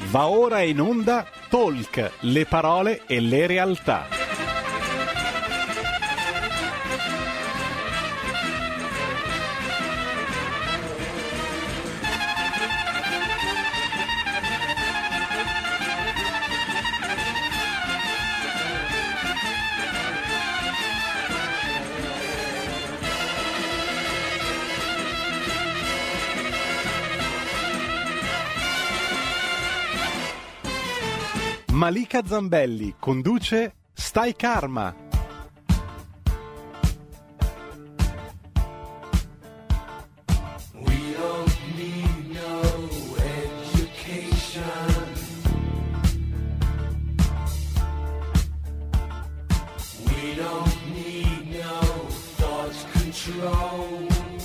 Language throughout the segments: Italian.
Va ora in onda Talk, le parole e le realtà. Malika Zambelli conduce Stai Karma. We don't need no education. We don't need no thought control.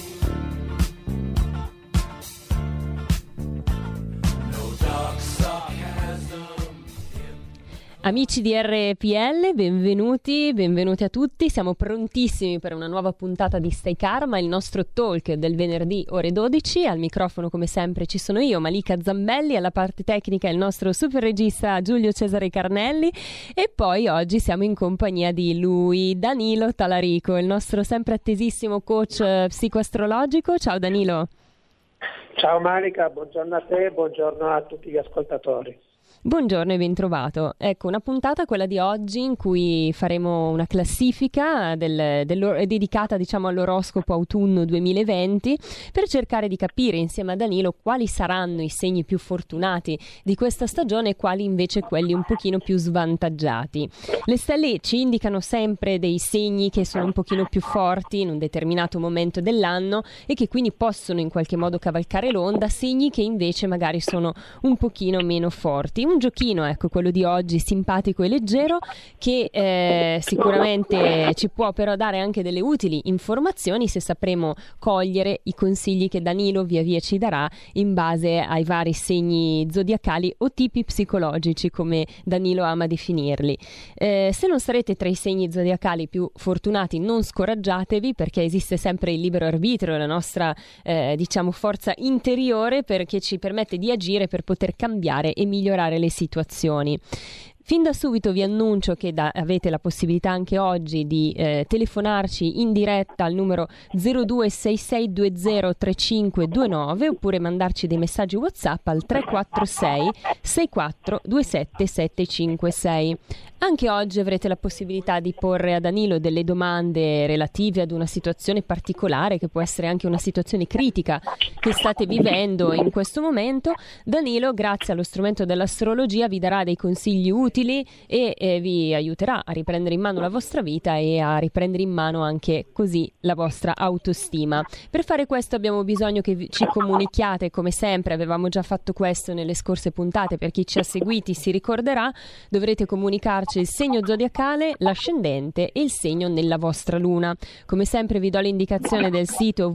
No dark sarcasm. Amici di RPL, benvenuti a tutti, siamo prontissimi per una nuova puntata di Stai Karma, il nostro talk del venerdì ore 12, al microfono come sempre ci sono io, Malika Zambelli, alla parte tecnica il nostro super regista Giulio Cesare Carnelli e poi oggi siamo in compagnia di lui, Danilo Talarico, il nostro sempre attesissimo coach psicoastrologico. Ciao Danilo. Ciao Malika, buongiorno a te, buongiorno a tutti gli ascoltatori. Buongiorno e ben trovato. Ecco, una puntata, quella di oggi, in cui faremo una classifica dedicata, diciamo, all'oroscopo autunno 2020 per cercare di capire insieme a Danilo quali saranno i segni più fortunati di questa stagione e quali invece quelli un pochino più svantaggiati. Le stelle ci indicano sempre dei segni che sono un pochino più forti in un determinato momento dell'anno e che quindi possono in qualche modo cavalcare l'onda, segni che invece magari sono un pochino meno forti. Un giochino, ecco, quello di oggi, simpatico e leggero, che sicuramente ci può però dare anche delle utili informazioni se sapremo cogliere i consigli che Danilo via via ci darà in base ai vari segni zodiacali o tipi psicologici, come Danilo ama definirli. Se non sarete tra i segni zodiacali più fortunati, non scoraggiatevi, perché esiste sempre il libero arbitrio, la nostra diciamo forza interiore, perché ci permette di agire per poter cambiare e migliorare le situazioni. Fin da subito vi annuncio che avete la possibilità anche oggi di telefonarci in diretta al numero 0266203529 oppure mandarci dei messaggi WhatsApp al 346 64 27 756. Anche oggi avrete la possibilità di porre a Danilo delle domande relative ad una situazione particolare, che può essere anche una situazione critica che state vivendo in questo momento. Danilo, grazie allo strumento dell'astrologia, vi darà dei consigli utili e vi aiuterà a riprendere in mano la vostra vita e a riprendere in mano anche così la vostra autostima. Per fare questo abbiamo bisogno che ci comunichiate, come sempre, avevamo già fatto questo nelle scorse puntate, per chi ci ha seguiti si ricorderà, dovrete comunicarci il segno zodiacale, l'ascendente e il segno nella vostra luna. Come sempre vi do l'indicazione del sito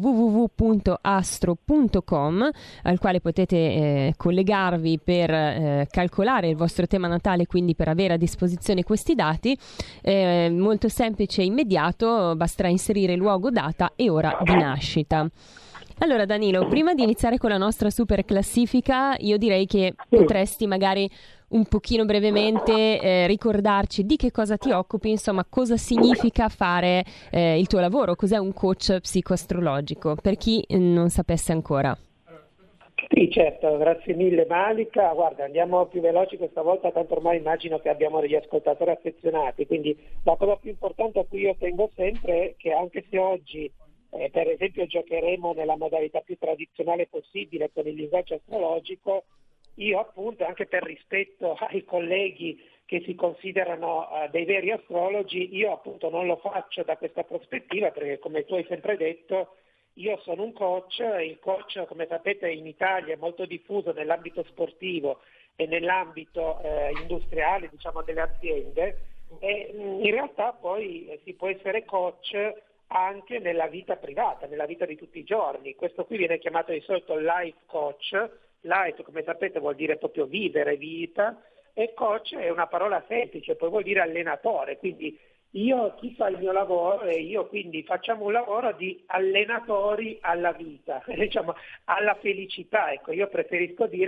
www.astro.com, al quale potete collegarvi per calcolare il vostro tema natale, quindi per avere a disposizione questi dati. Molto semplice e immediato, basterà inserire luogo, data e ora di nascita. Allora Danilo, prima di iniziare con la nostra super classifica, io direi che potresti magari un pochino brevemente ricordarci di che cosa ti occupi, insomma cosa significa fare il tuo lavoro, cos'è un coach psicoastrologico, per chi non sapesse ancora. Sì, certo, grazie mille Malika. Guarda, andiamo più veloci questa volta, tanto ormai immagino che abbiamo degli ascoltatori affezionati, quindi la cosa più importante a cui io tengo sempre è che, anche se oggi per esempio giocheremo nella modalità più tradizionale possibile con il linguaggio astrologico, io appunto, anche per rispetto ai colleghi che si considerano dei veri astrologi, io appunto non lo faccio da questa prospettiva, perché come tu hai sempre detto io sono un coach. Il coach, come sapete, in Italia è molto diffuso nell'ambito sportivo e nell'ambito industriale, diciamo, delle aziende, e in realtà poi si può essere coach anche nella vita privata, nella vita di tutti i giorni. Questo qui viene chiamato di solito life coach. Life, come sapete, vuol dire proprio vivere, vita, e coach è una parola semplice, poi vuol dire allenatore. Quindi chi fa il mio lavoro e io quindi facciamo un lavoro di allenatori alla vita, diciamo alla felicità. Ecco, io preferisco dire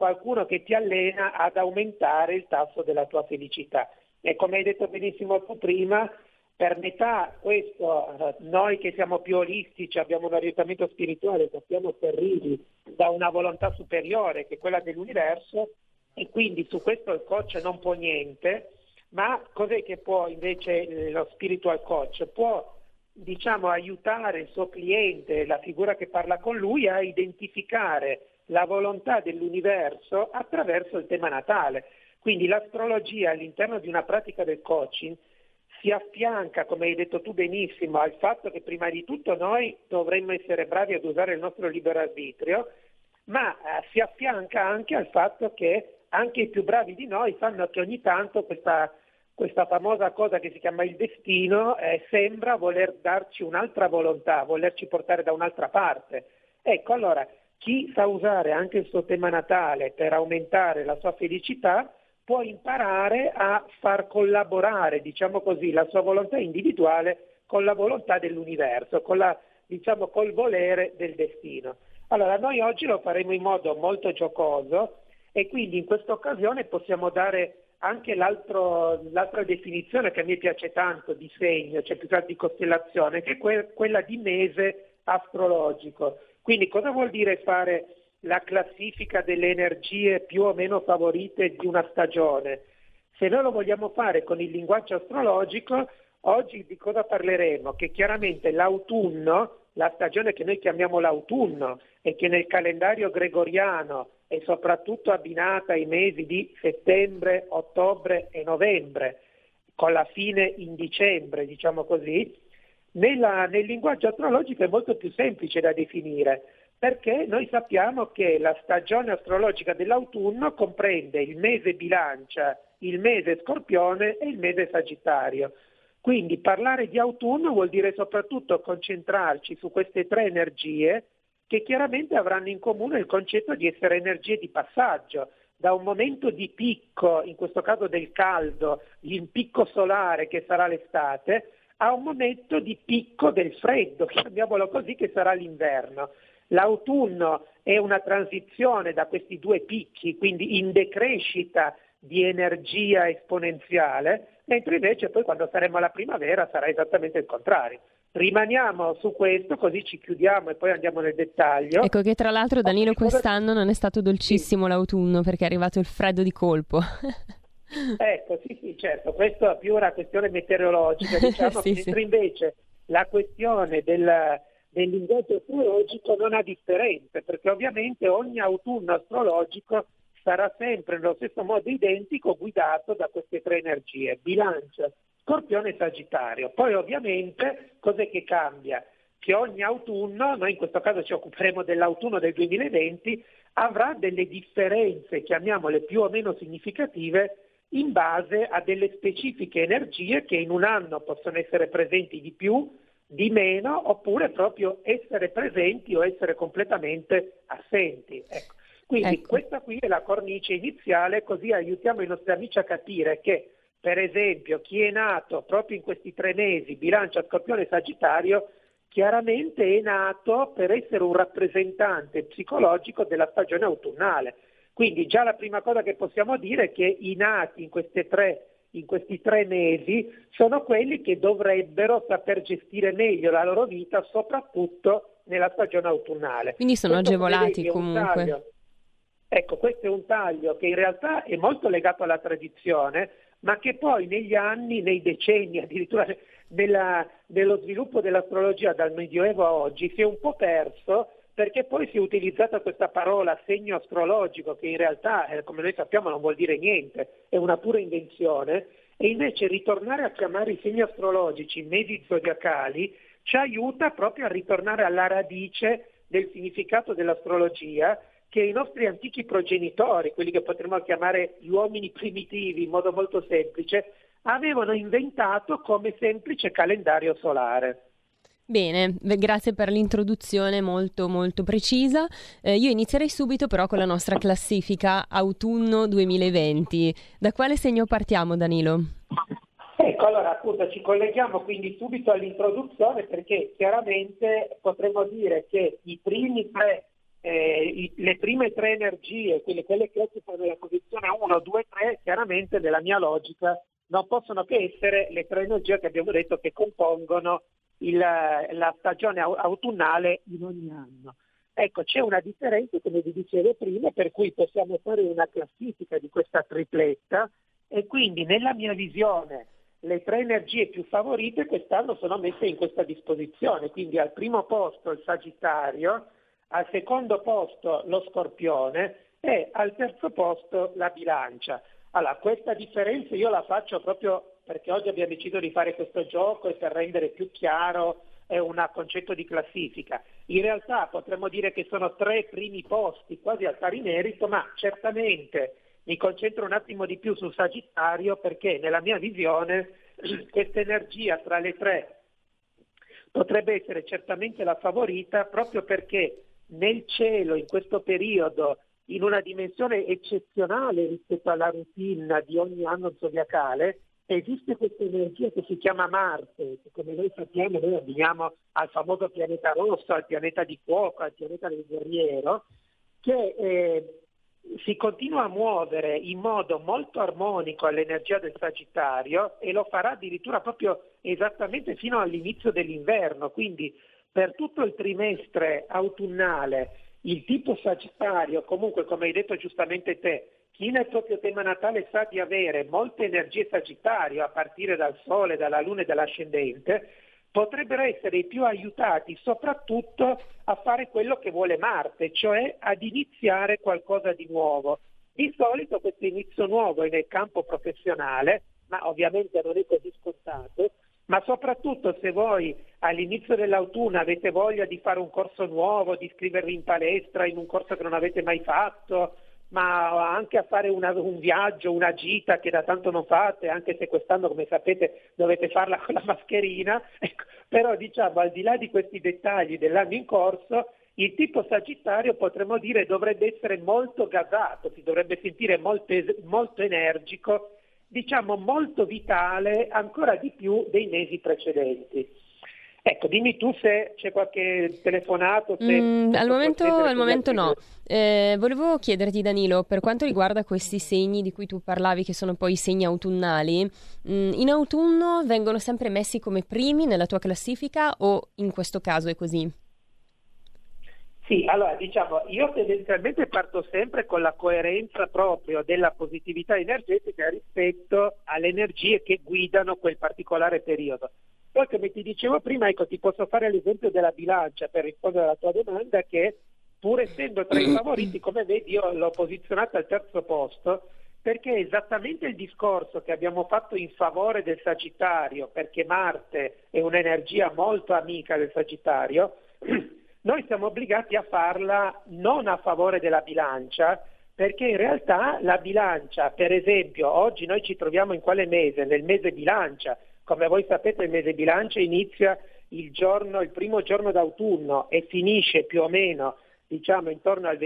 qualcuno che ti allena ad aumentare il tasso della tua felicità. E come hai detto benissimo tu prima, per metà questo, noi che siamo più olistici, abbiamo un orientamento spirituale, sappiamo serviti da una volontà superiore che è quella dell'universo, e quindi su questo il coach non può niente. Ma cos'è che può invece lo spiritual coach? Può, diciamo, aiutare il suo cliente, la figura che parla con lui, a identificare la volontà dell'universo attraverso il tema natale. Quindi l'astrologia all'interno di una pratica del coaching si affianca, come hai detto tu benissimo, al fatto che prima di tutto noi dovremmo essere bravi ad usare il nostro libero arbitrio, ma si affianca anche al fatto che anche i più bravi di noi sanno che ogni tanto questa famosa cosa che si chiama il destino sembra voler darci un'altra volontà, volerci portare da un'altra parte. Ecco, allora, chi sa usare anche il suo tema natale per aumentare la sua felicità può imparare a far collaborare, diciamo così, la sua volontà individuale con la volontà dell'universo, col volere del destino. Allora, noi oggi lo faremo in modo molto giocoso e quindi in questa occasione possiamo dare anche l'altra definizione che a me piace tanto di segno, cioè più che altro di costellazione, che è quella di mese astrologico. Quindi cosa vuol dire fare la classifica delle energie più o meno favorite di una stagione? Se noi lo vogliamo fare con il linguaggio astrologico, oggi di cosa parleremo? Che chiaramente l'autunno, la stagione che noi chiamiamo l'autunno e che nel calendario gregoriano è soprattutto abbinata ai mesi di settembre, ottobre e novembre, con la fine in dicembre, diciamo così, nel linguaggio astrologico è molto più semplice da definire, perché noi sappiamo che la stagione astrologica dell'autunno comprende il mese Bilancia, il mese Scorpione e il mese Sagittario. Quindi parlare di autunno vuol dire soprattutto concentrarci su queste tre energie che chiaramente avranno in comune il concetto di essere energie di passaggio, da un momento di picco, in questo caso del caldo, il picco solare che sarà l'estate, a un momento di picco del freddo, chiamiamolo così, che sarà l'inverno. L'autunno è una transizione da questi due picchi, quindi in decrescita di energia esponenziale, mentre invece poi quando saremo alla primavera sarà esattamente il contrario. Rimaniamo su questo, così ci chiudiamo e poi andiamo nel dettaglio. Ecco che tra l'altro, Danilo, quest'anno non è stato dolcissimo l'autunno perché è arrivato il freddo di colpo. Ecco, sì, certo, questo è più una questione meteorologica, diciamo, Sì, mentre invece la questione del linguaggio astrologico non ha differenze, perché ovviamente ogni autunno astrologico sarà sempre nello stesso modo identico, guidato da queste tre energie, Bilancia, Scorpione e Sagittario. Poi ovviamente cos'è che cambia? Che ogni autunno, noi in questo caso ci occuperemo dell'autunno del 2020, avrà delle differenze, chiamiamole più o meno significative, in base a delle specifiche energie che in un anno possono essere presenti di più, di meno, oppure proprio essere presenti o essere completamente assenti. Ecco. Quindi questa qui è la cornice iniziale, così aiutiamo i nostri amici a capire che, per esempio, chi è nato proprio in questi 3 mesi, Bilancia, Scorpione e Sagittario, chiaramente è nato per essere un rappresentante psicologico della stagione autunnale. Quindi già la prima cosa che possiamo dire è che i nati in questi 3 mesi sono quelli che dovrebbero saper gestire meglio la loro vita, soprattutto nella stagione autunnale. Quindi sono Questo, agevolati vedi, comunque. Ecco, questo è un taglio che in realtà è molto legato alla tradizione, ma che poi negli anni, nei decenni addirittura dello sviluppo dell'astrologia dal Medioevo a oggi si è un po' perso, perché poi si è utilizzata questa parola segno astrologico, che in realtà, come noi sappiamo, non vuol dire niente, è una pura invenzione, e invece ritornare a chiamare i segni astrologici mesi zodiacali ci aiuta proprio a ritornare alla radice del significato dell'astrologia, che i nostri antichi progenitori, quelli che potremmo chiamare gli uomini primitivi in modo molto semplice, avevano inventato come semplice calendario solare. Bene, grazie per l'introduzione molto molto precisa. Io inizierei subito però con la nostra classifica autunno 2020. Da quale segno partiamo, Danilo? Ecco, allora appunto ci colleghiamo quindi subito all'introduzione, perché chiaramente potremmo dire che i primi 3 le prime tre energie, quelle che occupano la posizione 1, 2, 3, chiaramente nella mia logica non possono che essere le tre energie che abbiamo detto che compongono la stagione autunnale in ogni anno. Ecco, c'è una differenza, come vi dicevo prima, per cui possiamo fare una classifica di questa tripletta e quindi nella mia visione le tre energie più favorite quest'anno sono messe in questa disposizione, quindi al primo posto il Sagittario, al secondo posto lo Scorpione e al terzo posto la Bilancia. Allora, questa differenza io la faccio proprio perché oggi abbiamo deciso di fare questo gioco e per rendere più chiaro un concetto di classifica. In realtà potremmo dire che sono tre primi posti, quasi al pari merito, ma certamente mi concentro un attimo di più sul Sagittario perché nella mia visione questa energia tra le tre potrebbe essere certamente la favorita proprio perché nel cielo in questo periodo, in una dimensione eccezionale rispetto alla routine di ogni anno zodiacale, esiste questa energia che si chiama Marte, che come noi sappiamo noi abbiniamo al famoso pianeta rosso, al pianeta di fuoco, al pianeta del guerriero, che si continua a muovere in modo molto armonico all'energia del Sagittario e lo farà addirittura proprio esattamente fino all'inizio dell'inverno, quindi per tutto il trimestre autunnale il tipo Sagittario, comunque come hai detto giustamente te, chi nel proprio tema natale sa di avere molte energie Sagittario a partire dal Sole, dalla Luna e dall'ascendente, potrebbero essere i più aiutati soprattutto a fare quello che vuole Marte, cioè ad iniziare qualcosa di nuovo. Di solito questo inizio nuovo è nel campo professionale, ma ovviamente non è così scontato, ma soprattutto se voi all'inizio dell'autunno avete voglia di fare un corso nuovo, di iscrivervi in palestra in un corso che non avete mai fatto, ma anche a fare un viaggio, una gita che da tanto non fate, anche se quest'anno, come sapete, dovete farla con la mascherina, ecco, però diciamo al di là di questi dettagli dell'anno in corso, il tipo Sagittario potremmo dire dovrebbe essere molto gasato, si dovrebbe sentire molto energico, diciamo molto vitale, ancora di più dei mesi precedenti. Ecco, dimmi tu se c'è qualche telefonato. Al momento no. Volevo chiederti, Danilo, per quanto riguarda questi segni di cui tu parlavi, che sono poi i segni autunnali, in autunno vengono sempre messi come primi nella tua classifica o in questo caso è così? Sì, allora diciamo, io tendenzialmente parto sempre con la coerenza proprio della positività energetica rispetto alle energie che guidano quel particolare periodo. Poi, come ti dicevo prima, ecco, ti posso fare l'esempio della Bilancia per rispondere alla tua domanda, che pur essendo tra i favoriti, come vedi, io l'ho posizionata al terzo posto, perché è esattamente il discorso che abbiamo fatto in favore del Sagittario, perché Marte è un'energia molto amica del Sagittario, noi siamo obbligati a farla non a favore della Bilancia, perché in realtà la Bilancia, per esempio, oggi noi ci troviamo in quale mese? Nel mese Bilancia. Come voi sapete il mese Bilancia inizia il primo giorno d'autunno e finisce più o meno diciamo intorno al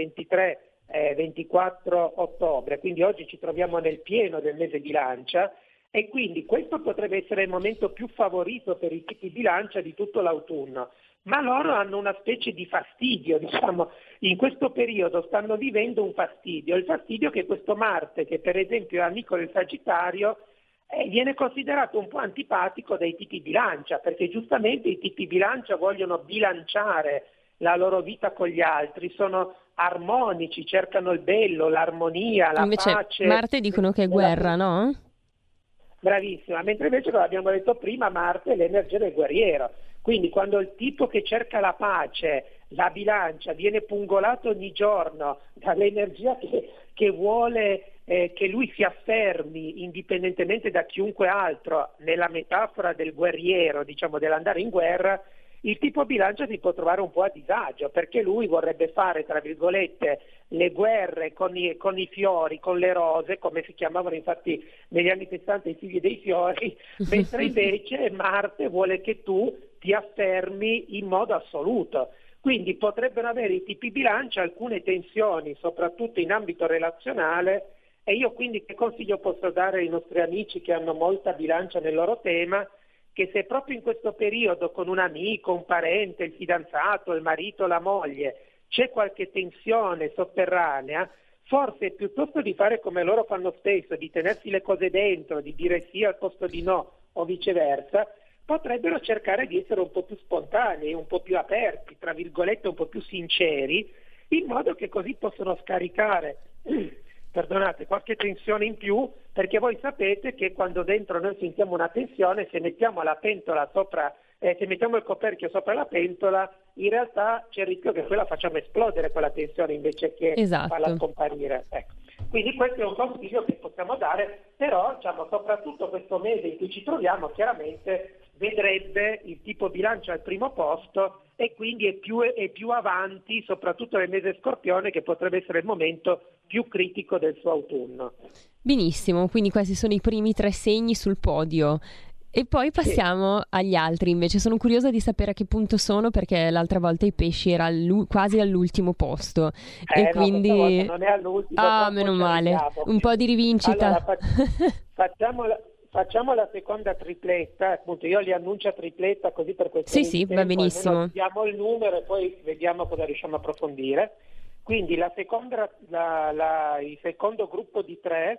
23-24 ottobre, quindi oggi ci troviamo nel pieno del mese Bilancia e quindi questo potrebbe essere il momento più favorito per i tipi Bilancia di tutto l'autunno, ma loro hanno una specie di fastidio, diciamo, in questo periodo stanno vivendo un fastidio, il fastidio che questo Marte, che per esempio è amico del Sagittario, viene considerato un po' antipatico dai tipi Bilancia, perché giustamente i tipi Bilancia vogliono bilanciare la loro vita con gli altri, sono armonici, cercano il bello, l'armonia, la invece, pace. Marte dicono che è guerra, no? Bravissima, mentre invece, come abbiamo detto prima, Marte è l'energia del guerriero. Quindi quando il tipo che cerca la pace, la Bilancia, viene pungolato ogni giorno dall'energia che vuole che lui si affermi indipendentemente da chiunque altro, nella metafora del guerriero, diciamo dell'andare in guerra, il tipo Bilancia si può trovare un po' a disagio, perché lui vorrebbe fare, tra virgolette, le guerre con i fiori, con le rose, come si chiamavano infatti negli anni 60 i figli dei fiori, mentre invece Marte vuole che tu ti affermi in modo assoluto. Quindi potrebbero avere i tipi Bilancia alcune tensioni, soprattutto in ambito relazionale, e io quindi che consiglio posso dare ai nostri amici che hanno molta Bilancia nel loro tema? Che se proprio in questo periodo con un amico, un parente, il fidanzato, il marito, la moglie c'è qualche tensione sotterranea, forse piuttosto di fare come loro fanno spesso, di tenersi le cose dentro, di dire sì al posto di no o viceversa, potrebbero cercare di essere un po' più spontanei, un po' più aperti, tra virgolette un po' più sinceri, in modo che così possono scaricare perdonate, qualche tensione in più, perché voi sapete che quando dentro noi sentiamo una tensione, se mettiamo la pentola sopra, se mettiamo il coperchio sopra la pentola, in realtà c'è il rischio che poi la facciamo esplodere quella tensione invece che farla scomparire. Ecco. Quindi questo è un consiglio che possiamo dare, però diciamo, soprattutto questo mese in cui ci troviamo, chiaramente vedrebbe il tipo bilancia al primo posto e quindi è più avanti, soprattutto nel mese Scorpione, che potrebbe essere il momento più critico del suo autunno. Benissimo, quindi questi sono i primi 3 segni sul podio. E poi passiamo agli altri, invece sono curiosa di sapere a che punto sono, perché l'altra volta i pesci era quasi all'ultimo posto e quindi non è all'ultimo. Meno male, un po' di rivincita. Allora, facciamo la seconda tripletta, appunto io li annuncio a tripletta così per questo sì, va benissimo. Diamo il numero e poi vediamo cosa riusciamo a approfondire. Quindi il secondo gruppo di 3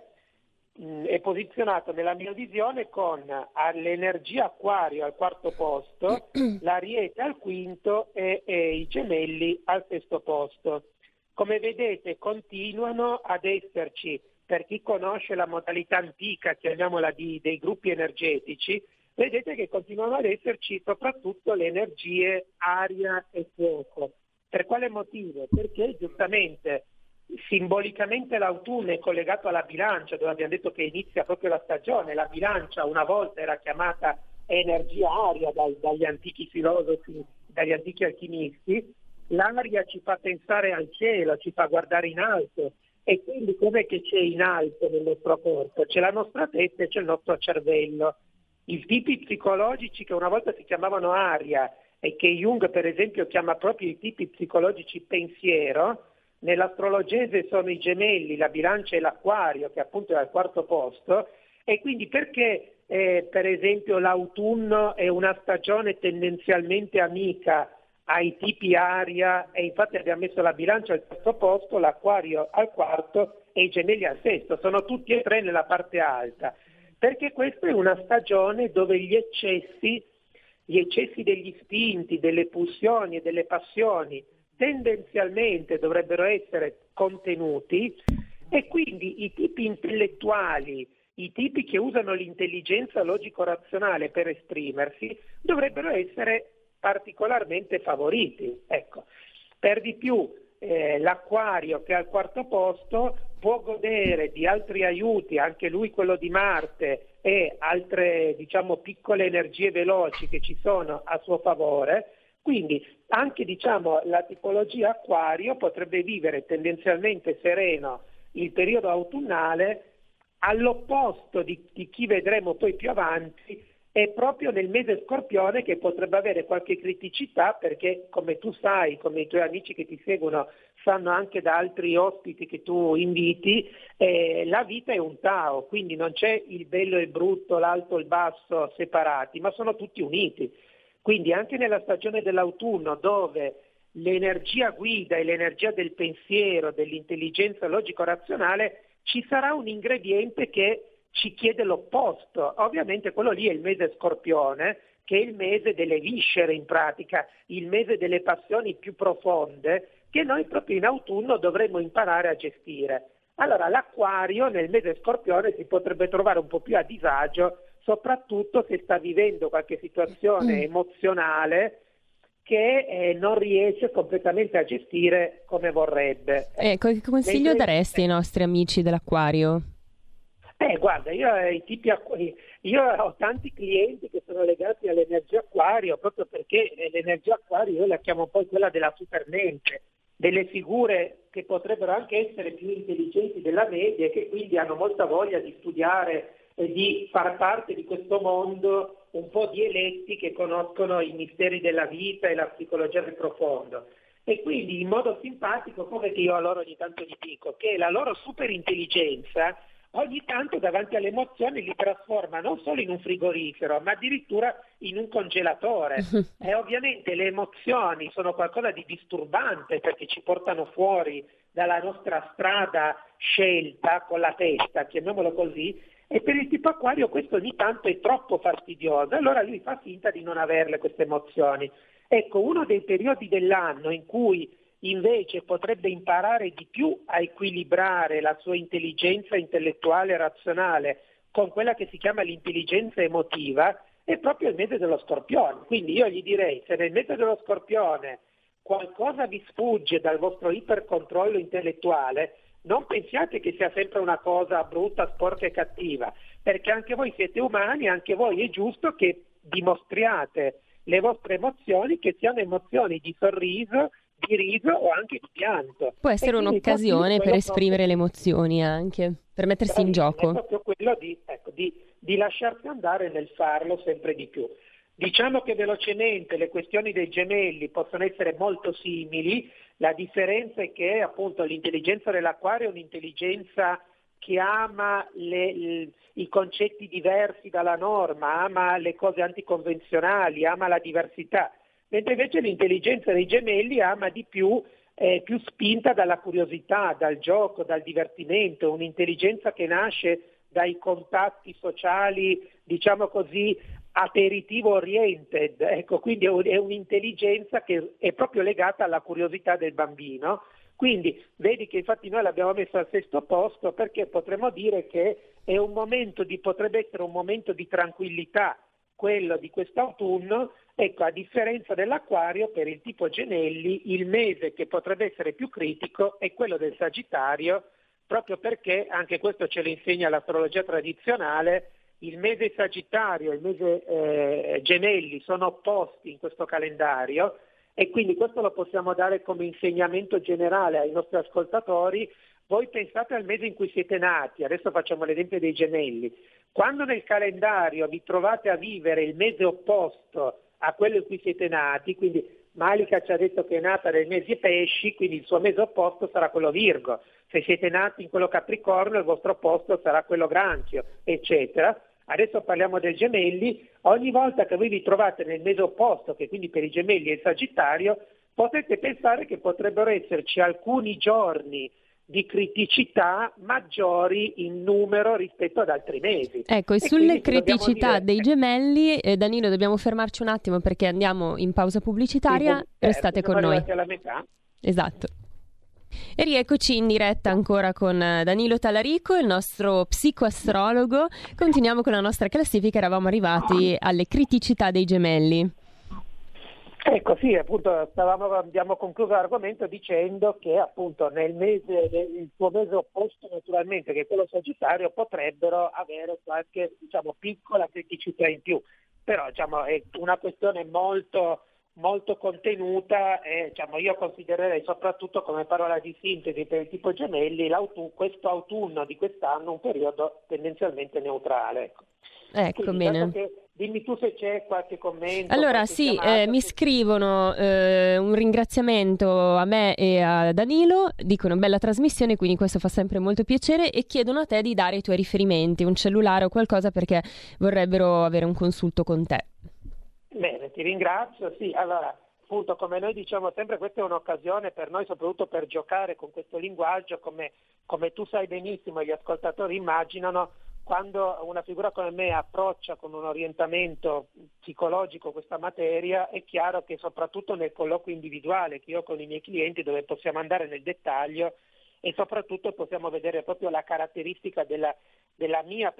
è posizionato nella mia visione con l'energia Acquario al quarto posto, l'Ariete al quinto e i Gemelli al sesto posto. Come vedete continuano ad esserci, per chi conosce la modalità antica, chiamiamola dei gruppi energetici, vedete che continuano ad esserci soprattutto le energie aria e fuoco. Per quale motivo? Perché giustamente simbolicamente l'autunno è collegato alla bilancia, dove abbiamo detto che inizia proprio la stagione. La bilancia una volta era chiamata energia aria dagli antichi filosofi, dagli antichi alchimisti. L'aria ci fa pensare al cielo, ci fa guardare in alto, e quindi cos'è che c'è in alto nel nostro corpo? C'è la nostra testa e c'è il nostro cervello. I tipi psicologici che una volta si chiamavano aria e che Jung per esempio chiama proprio i tipi psicologici pensiero, nell'astrologese sono i Gemelli, la Bilancia e l'Acquario, che appunto è al quarto posto. E quindi perché per esempio l'autunno è una stagione tendenzialmente amica ai tipi aria, e infatti abbiamo messo la Bilancia al terzo posto, l'Acquario al quarto e i Gemelli al sesto, sono tutti e 3 nella parte alta, perché questa è una stagione dove gli eccessi degli istinti, delle pulsioni e delle passioni tendenzialmente dovrebbero essere contenuti, e quindi i tipi intellettuali, i tipi che usano l'intelligenza logico-razionale per esprimersi, dovrebbero essere particolarmente favoriti. Ecco. Per di più l'Acquario, che è al quarto posto, può godere di altri aiuti, anche lui quello di Marte, e altre piccole energie veloci che ci sono a suo favore. Quindi anche la tipologia Acquario potrebbe vivere tendenzialmente sereno il periodo autunnale, all'opposto di chi vedremo poi più avanti. È proprio nel mese Scorpione che potrebbe avere qualche criticità, perché come tu sai, come i tuoi amici che ti seguono sanno anche da altri ospiti che tu inviti, la vita è un Tao, quindi non c'è il bello e il brutto, l'alto e il basso separati, ma sono tutti uniti. Quindi anche nella stagione dell'autunno, dove l'energia guida e l'energia del pensiero, dell'intelligenza logico-razionale, ci sarà un ingrediente che ci chiede l'opposto. Ovviamente quello lì è il mese Scorpione, che è il mese delle viscere in pratica, il mese delle passioni più profonde, che noi proprio in autunno dovremmo imparare a gestire. Allora l'Acquario nel mese Scorpione si potrebbe trovare un po' più a disagio, soprattutto se sta vivendo qualche situazione emozionale che non riesce completamente a gestire come vorrebbe. Che consiglio daresti ai nostri amici dell'Acquario? Guarda, io ho tanti clienti che sono legati all'energia Acquario, proprio perché l'energia Acquario io la chiamo poi quella della supermente, delle figure che potrebbero anche essere più intelligenti della media e che quindi hanno molta voglia di studiare e di far parte di questo mondo, un po' di eletti che conoscono i misteri della vita e la psicologia del profondo. E quindi in modo simpatico, come che io a loro ogni tanto gli dico, che la loro superintelligenza ogni tanto davanti alle emozioni li trasforma non solo in un frigorifero, ma addirittura in un congelatore. E ovviamente le emozioni sono qualcosa di disturbante perché ci portano fuori dalla nostra strada scelta con la testa, chiamiamolo così, e per il tipo acquario questo ogni tanto è troppo fastidioso, allora lui fa finta di non averle queste emozioni. Ecco, uno dei periodi dell'anno in cui invece potrebbe imparare di più a equilibrare la sua intelligenza intellettuale e razionale con quella che si chiama l'intelligenza emotiva è proprio il mese dello Scorpione. Quindi io gli direi, se nel mese dello Scorpione qualcosa vi sfugge dal vostro ipercontrollo intellettuale, non pensiate che sia sempre una cosa brutta, sporca e cattiva, perché anche voi siete umani, anche voi è giusto che dimostriate le vostre emozioni, che siano emozioni di sorriso, di riso o anche di pianto. Può essere un'occasione per esprimere le emozioni anche, per mettersi in gioco. È proprio quello di lasciarsi andare nel farlo sempre di più. Diciamo che velocemente le questioni dei gemelli possono essere molto simili, la differenza è che appunto l'intelligenza dell'acquario è un'intelligenza che ama i concetti diversi dalla norma, ama le cose anticonvenzionali, ama la diversità, mentre invece l'intelligenza dei gemelli ama di più spinta dalla curiosità, dal gioco, dal divertimento, un'intelligenza che nasce dai contatti sociali, diciamo così, aperitivo oriented, ecco, quindi è un'intelligenza che è proprio legata alla curiosità del bambino. Quindi vedi che infatti noi l'abbiamo messo al 6° posto perché potremmo dire che potrebbe essere un momento di tranquillità, quello di quest'autunno. Ecco, a differenza dell'Acquario, per il tipo Gemelli, il mese che potrebbe essere più critico è quello del Sagittario, proprio perché, anche questo ce lo insegna l'astrologia tradizionale, il mese Sagittario e il mese Gemelli sono opposti in questo calendario e quindi questo lo possiamo dare come insegnamento generale ai nostri ascoltatori. Voi pensate al mese in cui siete nati, adesso facciamo l'esempio dei Gemelli. Quando nel calendario vi trovate a vivere il mese opposto a quello in cui siete nati, quindi Malika ci ha detto che è nata nel mese Pesci, quindi il suo mese opposto sarà quello Virgo. Se siete nati in quello Capricorno, il vostro opposto sarà quello Granchio, eccetera. Adesso parliamo del Gemelli. Ogni volta che voi vi trovate nel mese opposto, che quindi per i Gemelli è il Sagittario, potete pensare che potrebbero esserci alcuni giorni di criticità maggiori in numero rispetto ad altri mesi. Ecco, e sulle criticità dei Gemelli, Danilo, dobbiamo fermarci un attimo perché andiamo in pausa pubblicitaria. Restate con noi. Alla metà. Esatto. E rieccoci in diretta ancora con Danilo Talarico, il nostro psicoastrologo. Continuiamo con la nostra classifica, eravamo arrivati alle criticità dei Gemelli. Ecco, sì, appunto abbiamo concluso l'argomento dicendo che appunto il suo mese opposto naturalmente, che è quello Sagittario, potrebbero avere qualche, diciamo, piccola criticità in più, però diciamo è una questione molto molto contenuta e diciamo, io considererei soprattutto come parola di sintesi per il tipo Gemelli questo autunno di quest'anno un periodo tendenzialmente neutrale. Ecco, quindi, bene. Dimmi tu se c'è qualche commento. Allora sì, mi scrivono un ringraziamento a me e a Danilo, dicono bella trasmissione, quindi questo fa sempre molto piacere e chiedono a te di dare i tuoi riferimenti, un cellulare o qualcosa perché vorrebbero avere un consulto con te. Bene, ti ringrazio. Sì, allora, appunto, come noi diciamo sempre, questa è un'occasione per noi, soprattutto per giocare con questo linguaggio, come tu sai benissimo e gli ascoltatori immaginano, quando una figura come me approccia con un orientamento psicologico questa materia, è chiaro che soprattutto nel colloquio individuale che io ho con i miei clienti, dove possiamo andare nel dettaglio e soprattutto possiamo vedere proprio la caratteristica della mia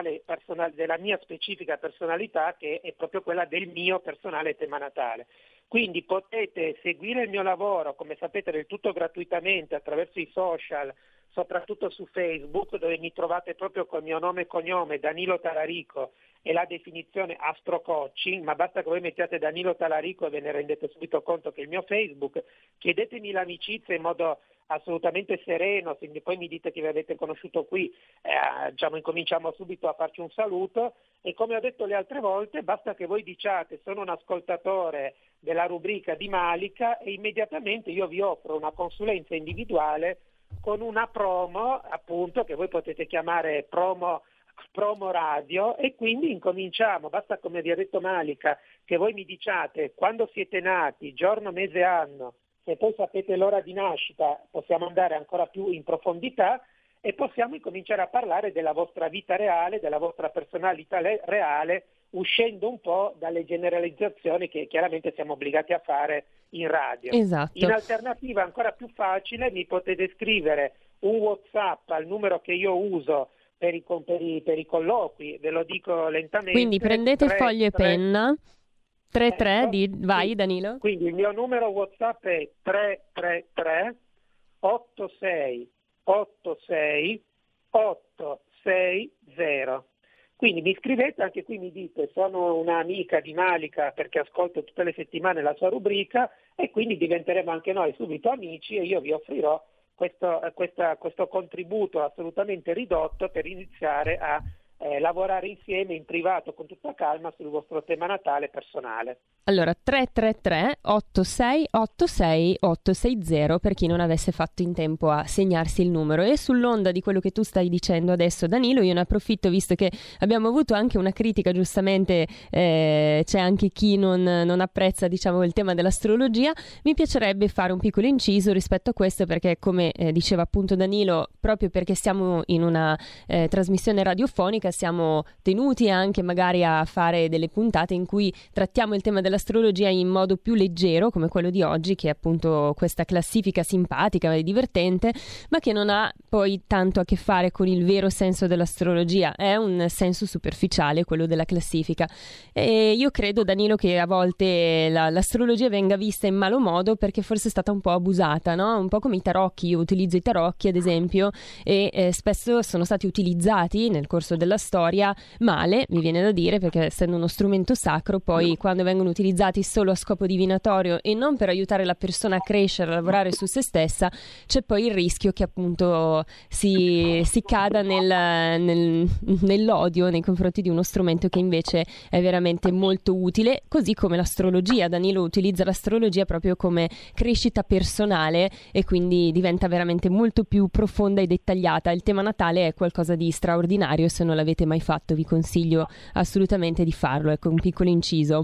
della mia specifica personalità, che è proprio quella del mio personale tema natale. Quindi potete seguire il mio lavoro, come sapete, del tutto gratuitamente attraverso i social, soprattutto su Facebook, dove mi trovate proprio col mio nome e cognome, Danilo Talarico, e la definizione Astro Coaching, ma basta che voi mettiate Danilo Talarico e ve ne rendete subito conto che è il mio Facebook. Chiedetemi l'amicizia in modo assolutamente sereno, se poi mi dite che vi avete conosciuto qui, incominciamo subito a farci un saluto, e come ho detto le altre volte, basta che voi diciate sono un ascoltatore della rubrica di Malika e immediatamente io vi offro una consulenza individuale con una promo, appunto, che voi potete chiamare promo radio, e quindi incominciamo. Basta, come vi ha detto Malika, che voi mi diciate quando siete nati, giorno, mese, anno, se poi sapete l'ora di nascita possiamo andare ancora più in profondità e possiamo incominciare a parlare della vostra vita reale, della vostra personalità reale, uscendo un po' dalle generalizzazioni che chiaramente siamo obbligati a fare in radio. Esatto. In alternativa ancora più facile mi potete scrivere un WhatsApp al numero che io uso per i colloqui, ve lo dico lentamente. Quindi prendete foglio e penna. 33, vai Danilo. Quindi il mio numero WhatsApp è 333 86 86 860. Quindi mi scrivete, anche qui mi dite sono un'amica di Malika perché ascolto tutte le settimane la sua rubrica, e quindi diventeremo anche noi subito amici e io vi offrirò questo contributo assolutamente ridotto per iniziare a lavorare insieme in privato con tutta calma sul vostro tema natale personale. Allora 333 8686 860 per chi non avesse fatto in tempo a segnarsi il numero. E sull'onda di quello che tu stai dicendo adesso, Danilo, io ne approfitto, visto che abbiamo avuto anche una critica, giustamente c'è anche chi non apprezza, diciamo, il tema dell'astrologia. Mi piacerebbe fare un piccolo inciso rispetto a questo, perché come diceva appunto Danilo, proprio perché siamo in una trasmissione radiofonica siamo tenuti anche magari a fare delle puntate in cui trattiamo il tema dell'astrologia in modo più leggero, come quello di oggi, che è appunto questa classifica simpatica e divertente, ma che non ha poi tanto a che fare con il vero senso dell'astrologia. È un senso superficiale quello della classifica, e io credo, Danilo, che a volte l'astrologia venga vista in malo modo perché forse è stata un po' abusata, no? Un po' come i tarocchi. Io utilizzo i tarocchi ad esempio e spesso sono stati utilizzati nel corso della storia male, mi viene da dire, perché essendo uno strumento sacro, poi quando vengono utilizzati solo a scopo divinatorio e non per aiutare la persona a crescere, a lavorare su se stessa, c'è poi il rischio che appunto si cada nell'odio nei confronti di uno strumento che invece è veramente molto utile, così come l'astrologia. Danilo utilizza l'astrologia proprio come crescita personale e quindi diventa veramente molto più profonda e dettagliata. Il tema natale è qualcosa di straordinario, se non l'avete mai fatto vi consiglio assolutamente di farlo, ecco, un piccolo inciso.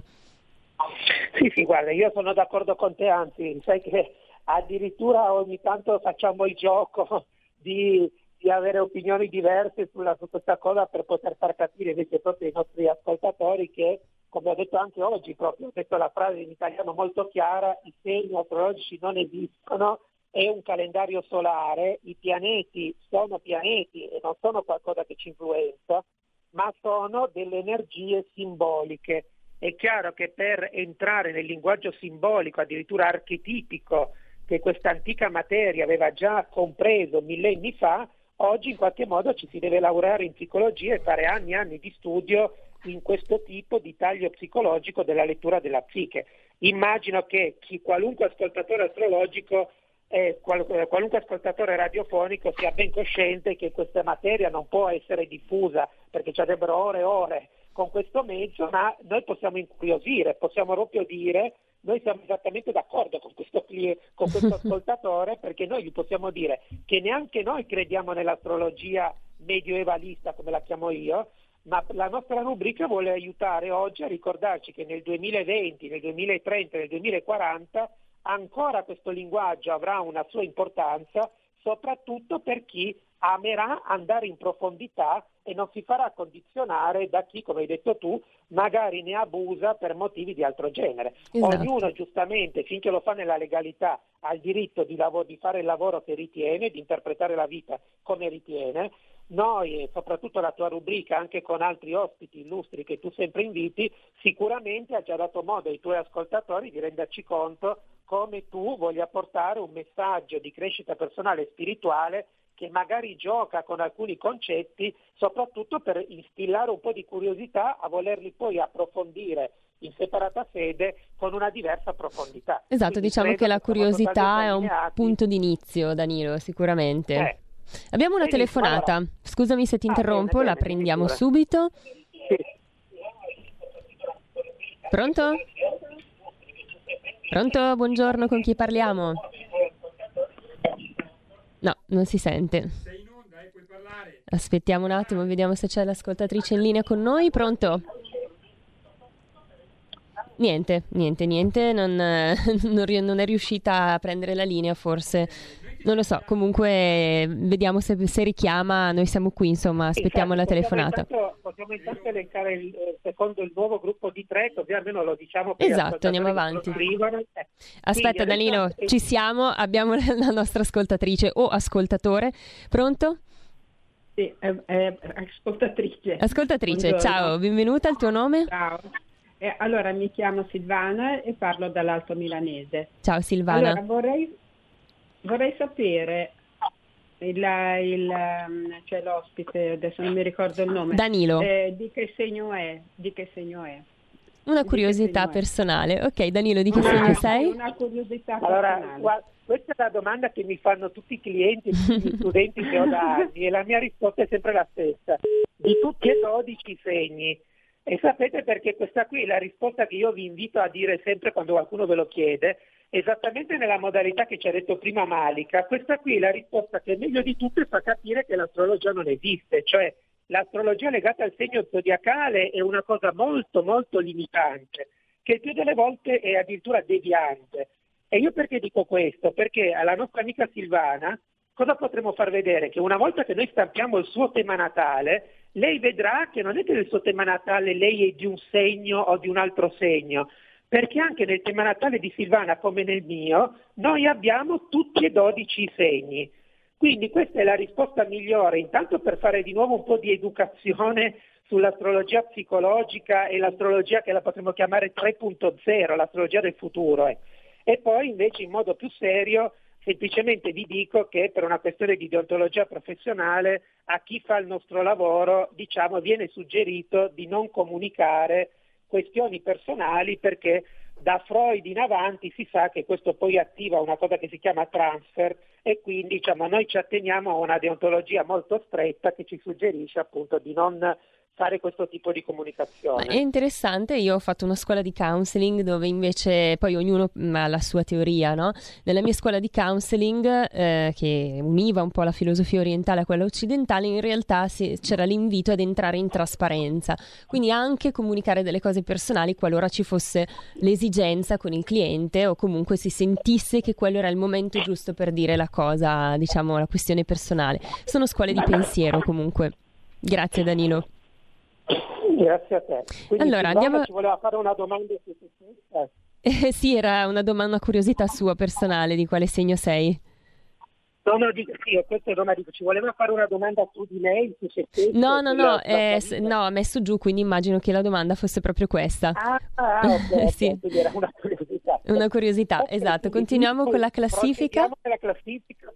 Sì, guarda, io sono d'accordo con te, anzi, sai che addirittura ogni tanto facciamo il gioco di avere opinioni diverse su questa cosa per poter far capire invece proprio ai nostri ascoltatori che, come ho detto anche oggi, proprio ho detto la frase in italiano molto chiara: i segni astrologici non esistono, è un calendario solare, i pianeti sono pianeti e non sono qualcosa che ci influenza, ma sono delle energie simboliche. È chiaro che per entrare nel linguaggio simbolico, addirittura archetipico, che questa antica materia aveva già compreso millenni fa, oggi in qualche modo ci si deve lavorare in psicologia e fare anni e anni di studio in questo tipo di taglio psicologico della lettura della psiche. Immagino che qualunque ascoltatore astrologico qualunque ascoltatore radiofonico sia ben cosciente che questa materia non può essere diffusa perché ci sarebbero ore e ore con questo mezzo, ma noi possiamo incuriosire, possiamo proprio dire: noi siamo esattamente d'accordo con questo ascoltatore, perché noi gli possiamo dire che neanche noi crediamo nell'astrologia medioevalista, come la chiamo io, ma la nostra rubrica vuole aiutare oggi a ricordarci che nel 2020, nel 2030, nel 2040 ancora questo linguaggio avrà una sua importanza, soprattutto per chi amerà andare in profondità e non si farà condizionare da chi, come hai detto tu, magari ne abusa per motivi di altro genere. Esatto. Ognuno giustamente, finché lo fa nella legalità, ha il diritto di fare il lavoro che ritiene, di interpretare la vita come ritiene. Noi, e soprattutto la tua rubrica, anche con altri ospiti illustri che tu sempre inviti, sicuramente ha già dato modo ai tuoi ascoltatori di renderci conto come tu voglia portare un messaggio di crescita personale e spirituale che magari gioca con alcuni concetti, soprattutto per instillare un po' di curiosità a volerli poi approfondire in separata sede con una diversa profondità. Esatto, Quindi diciamo che la curiosità è un punto d'inizio, Danilo, sicuramente. Abbiamo una telefonata. Allora. Scusami se ti interrompo, bene, la prendiamo sicura. subito. Sì. Pronto? Pronto? Buongiorno, con chi parliamo? No, non si sente. Sei in onda, puoi parlare. Aspettiamo un attimo, vediamo se c'è l'ascoltatrice in linea con noi. Pronto? Niente, non è riuscita a prendere la linea, forse. Non lo so, comunque vediamo se richiama, noi siamo qui, insomma, aspettiamo la telefonata. Possiamo intanto elencare secondo il nuovo gruppo di 3, così almeno lo diciamo per Esatto, andiamo avanti. Aspetta Quindi Danilo, adesso... ci siamo, abbiamo la nostra ascoltatrice o ascoltatore. Pronto? Sì, ascoltatrice. Ascoltatrice, Buongiorno. ciao, benvenuta, il tuo nome? Ciao. Allora, mi chiamo Silvana e parlo dall'Alto Milanese. Ciao Silvana. Allora, vorrei sapere cioè l'ospite, adesso non mi ricordo il nome. Danilo. Di che segno è? Una curiosità personale. Ok, Danilo, di che segno sei? Una curiosità Allora, personale. questa è la domanda che mi fanno tutti i clienti, tutti gli studenti che ho da anni, e la mia risposta è sempre la stessa. Di tutti e 12 i segni. E sapete perché questa qui è la risposta che io vi invito a dire sempre quando qualcuno ve lo chiede, esattamente nella modalità che ci ha detto prima Malika. Questa qui è la risposta che meglio di tutte fa capire che l'astrologia non esiste, cioè l'astrologia legata al segno zodiacale è una cosa molto molto limitante, che il più delle volte è addirittura deviante. E io perché dico questo? Perché alla nostra amica Silvana cosa potremmo far vedere? Che una volta che noi stampiamo il suo tema natale, lei vedrà che non è che nel suo tema natale lei è di un segno o di un altro segno, perché anche nel tema natale di Silvana, come nel mio, noi abbiamo tutti e 12 i segni. Quindi questa è la risposta migliore, intanto per fare di nuovo un po' di educazione sull'astrologia psicologica e l'astrologia che la potremmo chiamare 3.0, l'astrologia del futuro. E poi invece in modo più serio semplicemente vi dico che per una questione di deontologia professionale a chi fa il nostro lavoro, diciamo, viene suggerito di non comunicare questioni personali, perché da Freud in avanti si sa che questo poi attiva una cosa che si chiama transfer, e quindi diciamo, noi ci atteniamo a una deontologia molto stretta che ci suggerisce appunto di non fare questo tipo di comunicazione. È interessante, io ho fatto una scuola di counseling dove invece poi ognuno ha la sua teoria, no? Nella mia scuola di counseling che univa un po' la filosofia orientale a quella occidentale, in realtà c'era l'invito ad entrare in trasparenza, quindi anche comunicare delle cose personali qualora ci fosse l'esigenza con il cliente o comunque si sentisse che quello era il momento giusto per dire la cosa, diciamo la questione personale. Sono scuole di pensiero comunque. Grazie Danilo. Grazie a te. Quindi allora, Silvana ci voleva fare una domanda su te stessa? Sì, era una curiosità sua personale, di quale segno sei? Questa è domanda, ci voleva fare una domanda su di lei, su se stesso? No, ha messo giù, quindi immagino che la domanda fosse proprio questa. Ok, sì. Quindi era una curiosità. Una curiosità, Okay, esatto. Continuiamo con la classifica. Nella classifica.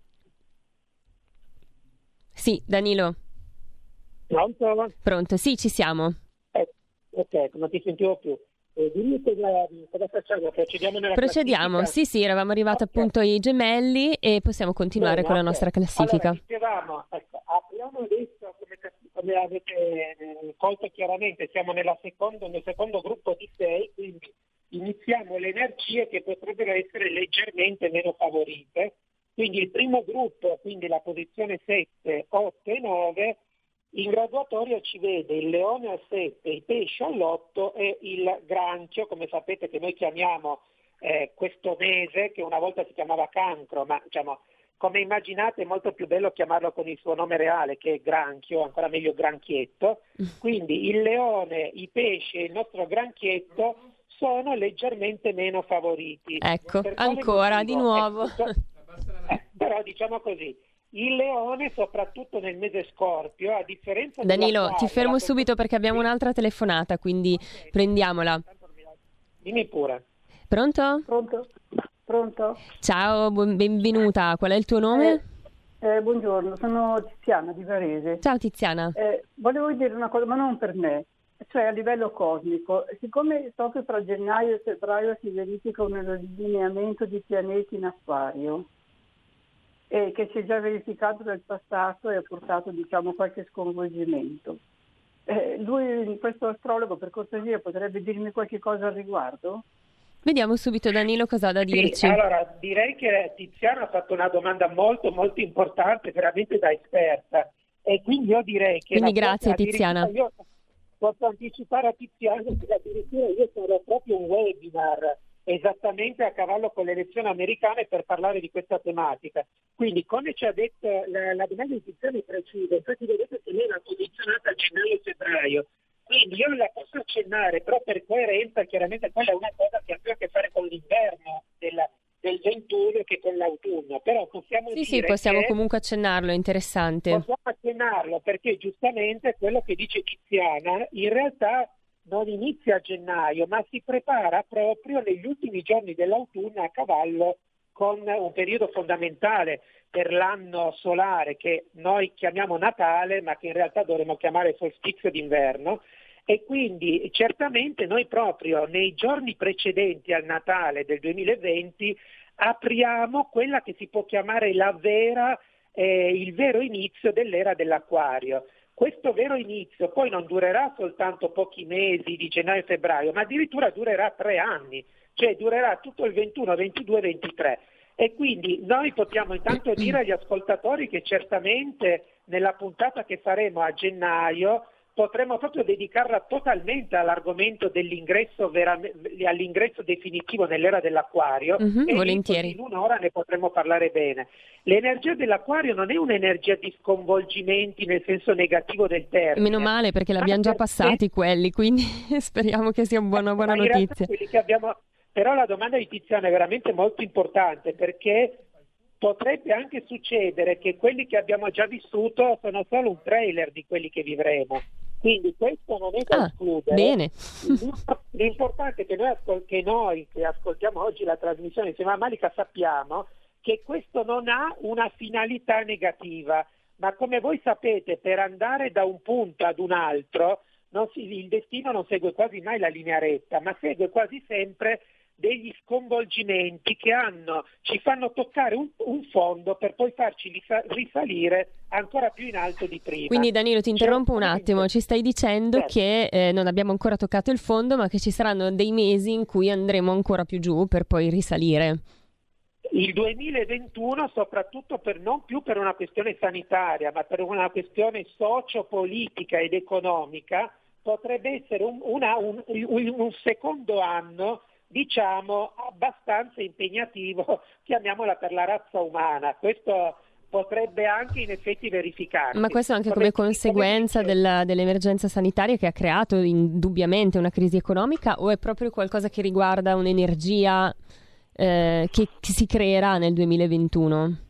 Sì, Danilo. Pronto? Pronto, sì, ci siamo. Ok, non ti sentivo più. Dimmi cosa facciamo? Procediamo, classifica? sì, eravamo arrivati appunto ai gemelli e possiamo continuare con la nostra classifica. Allora, dicevamo, apriamo adesso, come avete colto chiaramente, siamo nel secondo gruppo di 6, quindi iniziamo le energie che potrebbero essere leggermente meno favorite. Quindi il primo gruppo, quindi la posizione 7, 8 e 9, in graduatoria ci vede il leone al 7, i pesci all'8 e il granchio, come sapete che noi chiamiamo questo mese, che una volta si chiamava cancro, ma diciamo, come immaginate è molto più bello chiamarlo con il suo nome reale, che è granchio, ancora meglio granchietto. Quindi il leone, i pesci e il nostro granchietto sono leggermente meno favoriti. Ecco, ancora, di nuovo. Però diciamo così, il leone, soprattutto nel mese Scorpio, a differenza Danilo, ti fermo subito perché abbiamo un'altra telefonata, quindi prendiamola. Dimmi pure. Pronto? Pronto? Ciao, benvenuta. Qual è il tuo nome? Buongiorno, sono Tiziana di Varese. Ciao Tiziana. Volevo dire una cosa, ma non per me, cioè a livello cosmico. Siccome so che tra gennaio e febbraio si verifica un allineamento di pianeti in acquario, e che si è già verificato nel passato e ha portato, diciamo, qualche sconvolgimento. Questo astrologo, per cortesia, potrebbe dirmi qualche cosa al riguardo? Vediamo subito Danilo cosa ha da dirci. Sì, allora direi che Tiziana ha fatto una domanda molto molto importante, veramente da esperta, e quindi io direi che Quindi grazie Tiziana. Io posso anticipare a Tiziana che addirittura io sarò proprio un webinar esattamente a cavallo con le elezioni americane per parlare di questa tematica. Quindi, come ci ha detto la domanda di Tiziana precede, infatti vedete che lei l'ha posizionata a gennaio e febbraio. Quindi io la posso accennare, però per coerenza chiaramente quella è una cosa che ha più a che fare con l'inverno del 21 che con l'autunno. Però possiamo dire Sì, possiamo che comunque accennarlo, è interessante. possiamo accennarlo perché giustamente quello che dice Tiziana in realtà non inizia a gennaio, ma si prepara proprio negli ultimi giorni dell'autunno a cavallo con un periodo fondamentale per l'anno solare che noi chiamiamo Natale, ma che in realtà dovremmo chiamare solstizio d'inverno. E quindi certamente noi proprio nei giorni precedenti al Natale del 2020 apriamo quella che si può chiamare il vero inizio dell'era dell'Acquario. Questo vero inizio poi non durerà soltanto pochi mesi di gennaio e febbraio, ma addirittura durerà 3 anni, cioè durerà tutto il 21, 22, 23. E quindi noi possiamo intanto dire agli ascoltatori che certamente nella puntata che faremo a gennaio potremo proprio dedicarla totalmente all'argomento dell'ingresso all'ingresso definitivo nell'era dell'Acquario, e volentieri. in un'ora ne potremo parlare bene. L'energia dell'Acquario non è un'energia di sconvolgimenti nel senso negativo del termine. Meno male perché l'abbiamo già passati quelli, quindi speriamo che sia una buona in realtà notizia. quelli che abbiamo... Però la domanda di Tiziana è veramente molto importante perché potrebbe anche succedere che quelli che abbiamo già vissuto sono solo un trailer di quelli che vivremo. Quindi questo non è da escludere. Bene. L'importante è che noi che ascoltiamo oggi la trasmissione insieme a Malika sappiamo che questo non ha una finalità negativa, ma come voi sapete per andare da un punto ad un altro il destino non segue quasi mai la linea retta, ma segue quasi sempre degli sconvolgimenti che ci fanno toccare un fondo per poi farci risalire ancora più in alto di prima. Quindi Danilo ti interrompo un attimo, ci stai dicendo che non abbiamo ancora toccato il fondo, ma che ci saranno dei mesi in cui andremo ancora più giù per poi risalire. Il 2021 soprattutto non più per una questione sanitaria, ma per una questione socio-politica ed economica potrebbe essere un secondo anno diciamo abbastanza impegnativo, chiamiamola per la razza umana. Questo potrebbe anche in effetti verificarsi. Ma questo anche come conseguenza dell'emergenza sanitaria che ha creato indubbiamente una crisi economica, o è proprio qualcosa che riguarda un'energia che si creerà nel 2021?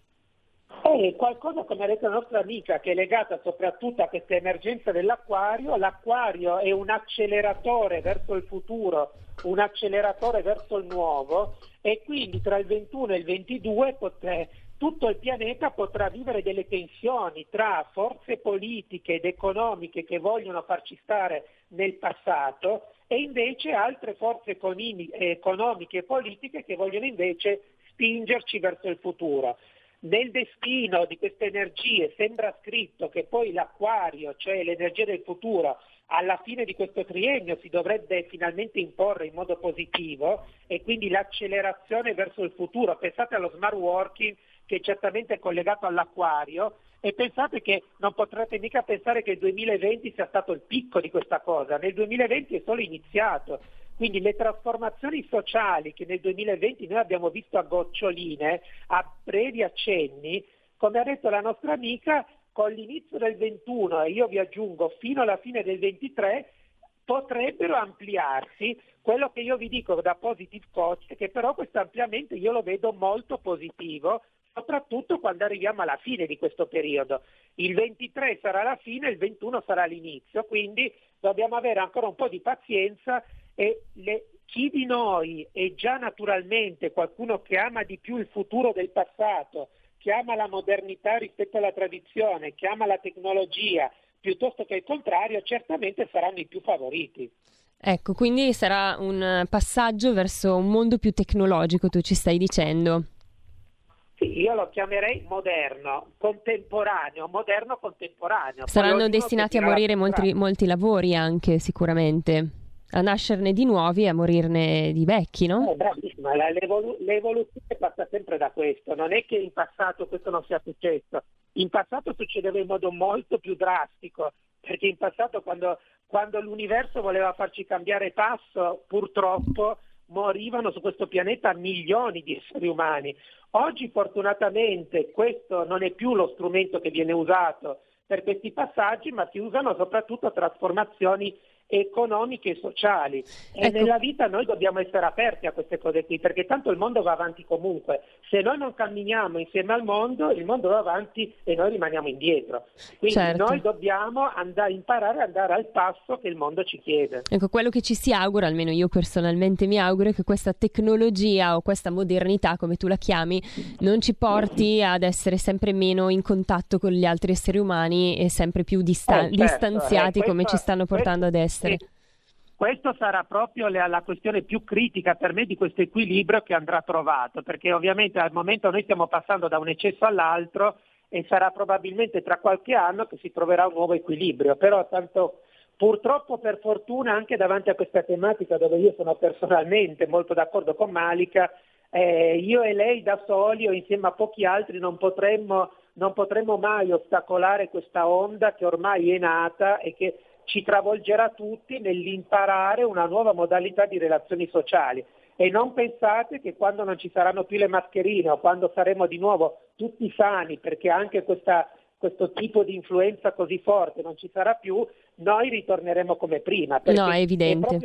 È qualcosa, come ha detto la nostra amica, che è legata soprattutto a questa emergenza dell'Acquario. L'Acquario è un acceleratore verso il futuro, un acceleratore verso il nuovo, e quindi tra il 21 e il 22 tutto il pianeta potrà vivere delle tensioni tra forze politiche ed economiche che vogliono farci stare nel passato e invece altre forze economiche e politiche che vogliono invece spingerci verso il futuro. Nel destino di queste energie sembra scritto che poi l'Acquario, cioè l'energia del futuro, alla fine di questo triennio si dovrebbe finalmente imporre in modo positivo, e quindi l'accelerazione verso il futuro. Pensate allo smart working, che certamente è collegato all'Acquario, e pensate che non potrete mica pensare che il 2020 sia stato il picco di questa cosa. Nel 2020 è solo iniziato. Quindi le trasformazioni sociali che nel 2020 noi abbiamo visto a goccioline, a brevi accenni, come ha detto la nostra amica, con l'inizio del 21 e io vi aggiungo fino alla fine del 23 potrebbero ampliarsi. Quello che io vi dico da positive coach è che però questo ampliamento io lo vedo molto positivo, soprattutto quando arriviamo alla fine di questo periodo. Il 23 sarà la fine, il 21 sarà l'inizio, quindi dobbiamo avere ancora un po' di pazienza. E chi di noi è già naturalmente qualcuno che ama di più il futuro del passato, che ama la modernità rispetto alla tradizione, che ama la tecnologia, piuttosto che il contrario, certamente saranno i più favoriti. Ecco, quindi sarà un passaggio verso un mondo più tecnologico, tu ci stai dicendo. Sì, io lo chiamerei moderno contemporaneo. Saranno destinati a morire molti lavori anche, sicuramente. a nascerne di nuovi e a morirne di vecchi, no? Bravissima, l'evoluzione passa sempre da questo, non è che in passato questo non sia successo, in passato succedeva in modo molto più drastico, perché in passato quando l'universo voleva farci cambiare passo, purtroppo morivano su questo pianeta milioni di esseri umani. Oggi fortunatamente questo non è più lo strumento che viene usato per questi passaggi, ma si usano soprattutto trasformazioni economiche e sociali. E Ecco. nella vita noi dobbiamo essere aperti a queste cose qui, perché tanto il mondo va avanti comunque. Se noi non camminiamo insieme al mondo, il mondo va avanti e noi rimaniamo indietro. Quindi Certo. noi dobbiamo imparare ad andare al passo che il mondo ci chiede. Ecco, quello che ci si augura, almeno io personalmente mi auguro, è che questa tecnologia o questa modernità, come tu la chiami, non ci porti ad essere sempre meno in contatto con gli altri esseri umani e sempre più Certo, distanziati come questo- ci stanno portando ad essere. Questo sarà proprio la questione più critica per me di questo equilibrio che andrà trovato, perché ovviamente al momento noi stiamo passando da un eccesso all'altro e sarà probabilmente tra qualche anno che si troverà un nuovo equilibrio, però tanto purtroppo per fortuna anche davanti a questa tematica dove io sono personalmente molto d'accordo con Malika, io e lei da soli o insieme a pochi altri non potremmo mai ostacolare questa onda che ormai è nata e che ci travolgerà tutti nell'imparare una nuova modalità di relazioni sociali. E non pensate che quando non ci saranno più le mascherine o quando saremo di nuovo tutti sani, perché anche questo tipo di influenza così forte non ci sarà più, noi ritorneremo come prima. Perché No, è evidente.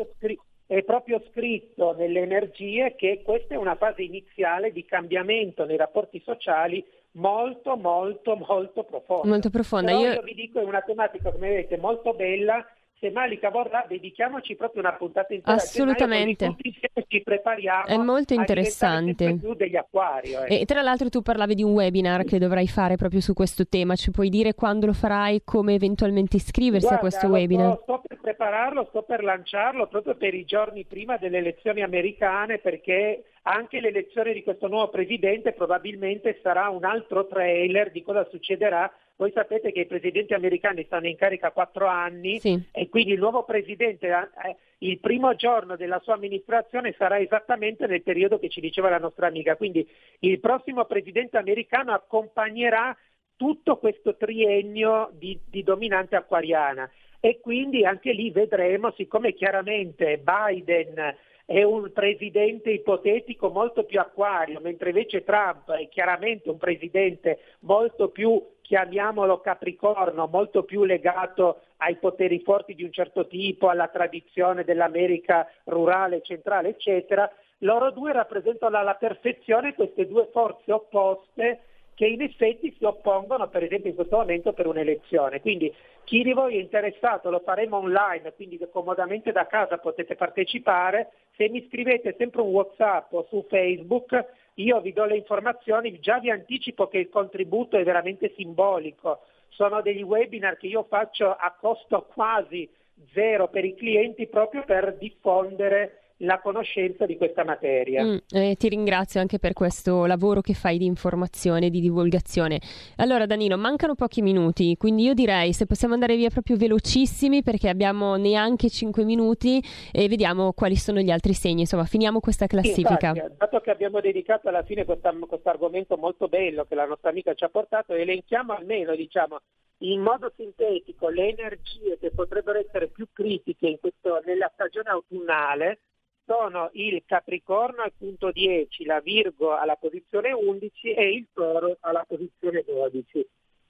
È proprio scritto nelle energie che questa è una fase iniziale di cambiamento nei rapporti sociali molto molto molto profonda. Molto profonda. Però Io- io vi dico, è una tematica, come vedete, molto bella. Se Malika vorrà, dedichiamoci proprio una puntata intera. Assolutamente. Tutti insieme ci prepariamo È molto a interessante. diventare sempre più degli acquario. E tra l'altro tu parlavi di un webinar che dovrai fare proprio su questo tema, ci puoi dire quando lo farai, come eventualmente iscriversi a Guarda, questo lo webinar? sto per prepararlo, sto per lanciarlo proprio per i giorni prima delle elezioni americane, perché anche l'elezione di questo nuovo presidente probabilmente sarà un altro trailer di cosa succederà. Voi sapete che i presidenti americani stanno in carica 4 anni Sì. e quindi il nuovo presidente il primo giorno della sua amministrazione sarà esattamente nel periodo che ci diceva la nostra amica. Quindi il prossimo presidente americano accompagnerà tutto questo triennio di dominanza acquariana e quindi anche lì vedremo, siccome chiaramente Biden è un presidente ipotetico molto più acquario, mentre invece Trump è chiaramente un presidente molto più, chiamiamolo Capricorno, molto più legato ai poteri forti di un certo tipo, alla tradizione dell'America rurale, centrale, eccetera. Loro due rappresentano alla perfezione queste due forze opposte che in effetti si oppongono, per esempio in questo momento, per un'elezione. Quindi chi di voi è interessato lo faremo online, quindi comodamente da casa potete partecipare. Se mi scrivete sempre un WhatsApp o su Facebook, io vi do le informazioni, già vi anticipo che il contributo è veramente simbolico. Sono degli webinar che io faccio a costo quasi zero per i clienti proprio per diffondere la conoscenza di questa materia. Ti ringrazio anche per questo lavoro che fai di informazione, di divulgazione. Allora Danilo, mancano pochi minuti, quindi io direi se possiamo andare via proprio velocissimi perché abbiamo neanche 5 minuti e vediamo quali sono gli altri segni, insomma finiamo questa classifica. Infatti, dato che abbiamo dedicato alla fine questo argomento molto bello che la nostra amica ci ha portato, elenchiamo almeno, diciamo, in modo sintetico le energie che potrebbero essere più critiche nella stagione autunnale. Sono il Capricorno al punto 10, la Virgo alla posizione 11 e il Toro alla posizione 12.